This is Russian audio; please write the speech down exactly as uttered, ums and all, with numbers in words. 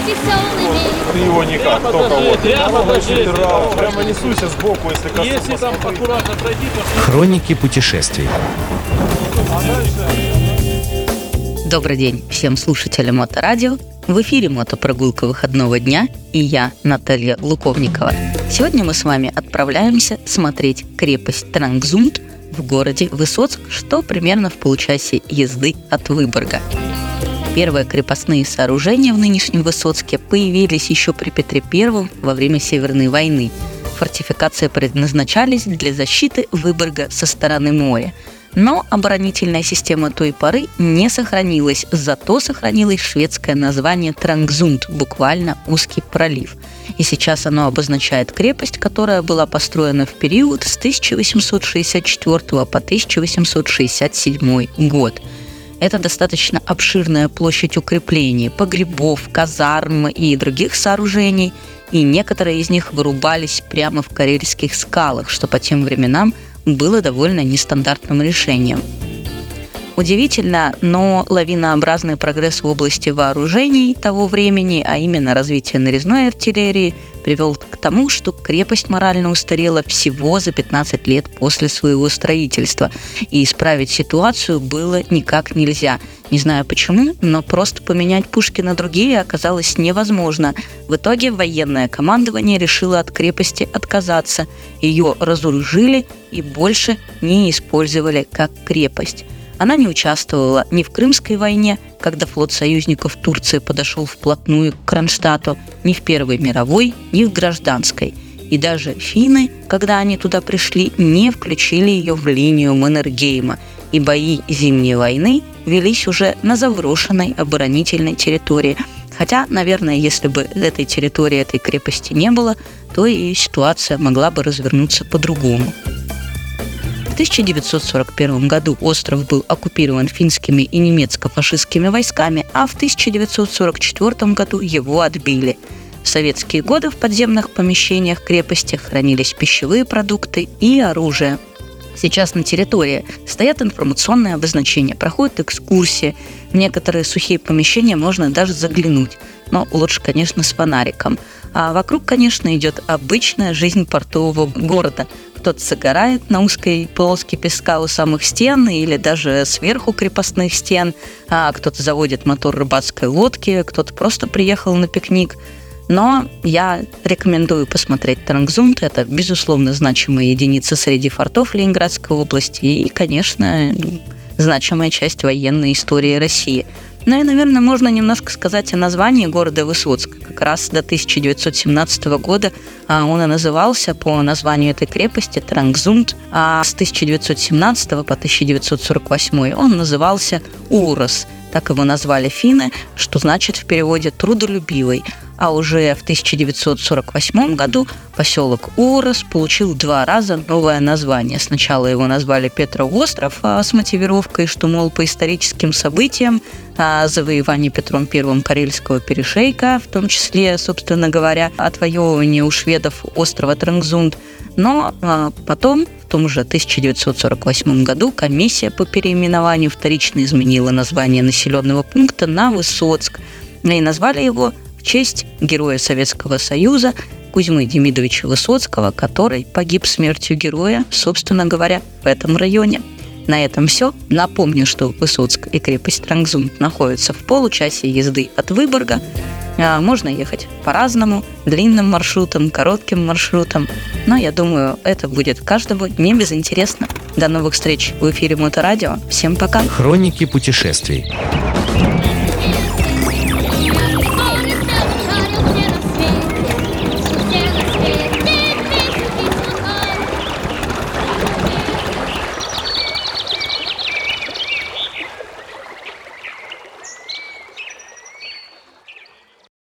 Ты его никак, только вот. Прямо покажи. Прямо несуйся сбоку, если коснусь. Если там аккуратно пройти, то... Хроники путешествий. Добрый день всем слушателям Моторадио. В эфире мотопрогулка выходного дня, и я, Наталья Луковникова. Сегодня мы с вами отправляемся смотреть крепость Трангзунд в городе Высоцк, что примерно в получасе езды от Выборга. Первые крепостные сооружения в нынешнем Высоцке появились еще при Петре Первом во время Северной войны. Фортификации предназначались для защиты Выборга со стороны моря. Но оборонительная система той поры не сохранилась, зато сохранилось шведское название Трангзунд, буквально «узкий пролив». И сейчас оно обозначает крепость, которая была построена в период с тысяча восемьсот шестьдесят четвёртого по тысяча восемьсот шестьдесят седьмой год. Это достаточно обширная площадь укреплений, погребов, казарм и других сооружений, и некоторые из них вырубались прямо в карельских скалах, что по тем временам было довольно нестандартным решением. Удивительно, но лавинообразный прогресс в области вооружений того времени, а именно развитие нарезной артиллерии, привел к тому, что крепость морально устарела всего за пятнадцать лет после своего строительства, и исправить ситуацию было никак нельзя. Не знаю почему, но просто поменять пушки на другие оказалось невозможно. В итоге военное командование решило от крепости отказаться, ее разоружили и больше не использовали как крепость. Она не участвовала ни в Крымской войне, когда флот союзников Турции подошел вплотную к Кронштадту, ни в Первой мировой, ни в Гражданской. И даже финны, когда они туда пришли, не включили ее в линию Маннергейма. И бои Зимней войны велись уже на заброшенной оборонительной территории. Хотя, наверное, если бы этой территории, этой крепости не было, то и ситуация могла бы развернуться по-другому. В тысяча девятьсот сорок первом году остров был оккупирован финскими и немецко-фашистскими войсками, а в тысяча девятьсот сорок четвёртом году его отбили. В советские годы в подземных помещениях крепости хранились пищевые продукты и оружие. Сейчас на территории стоят информационные обозначения, проходят экскурсии. В некоторые сухие помещения можно даже заглянуть, но лучше, конечно, с фонариком. А вокруг, конечно, идет обычная жизнь портового города. Кто-то загорает на узкой полоске песка у самых стен или даже сверху крепостных стен, а кто-то заводит мотор рыбацкой лодки, кто-то просто приехал на пикник. Но я рекомендую посмотреть Трангзунд. Это, безусловно, значимая единица среди фортов Ленинградской области и, конечно, значимая часть военной истории России. Ну и, наверное, можно немножко сказать о названии города Высоцк. Как раз до тысяча девятьсот семнадцатого года он и назывался по названию этой крепости Трангзунд, а с тысяча девятьсот семнадцатого по тысяча девятьсот сорок восьмой он назывался Урос. Так его назвали финны, что значит в переводе «трудолюбивый». А уже в тысяча девятьсот сорок восьмом году поселок Урос получил два раза новое название. Сначала его назвали Петроостров с мотивировкой, что, мол, по историческим событиям завоевание Петром Первым Карельского перешейка, в том числе, собственно говоря, отвоевывание у шведов острова Трангзунд. Но потом, в том же тысяча девятьсот сорок восьмом году, комиссия по переименованию вторично изменила название населенного пункта на Высоцк. И назвали его в честь героя Советского Союза Кузьмы Демидовича Высоцкого, который погиб смертью героя, собственно говоря, в этом районе. На этом все. Напомню, что Высоцк и крепость Трангзунд находятся в получасе езды от Выборга. Можно ехать по-разному, длинным маршрутом, коротким маршрутом. Но я думаю, это будет каждому не безинтересно. До новых встреч в эфире Моторадио. Всем пока. Хроники путешествий.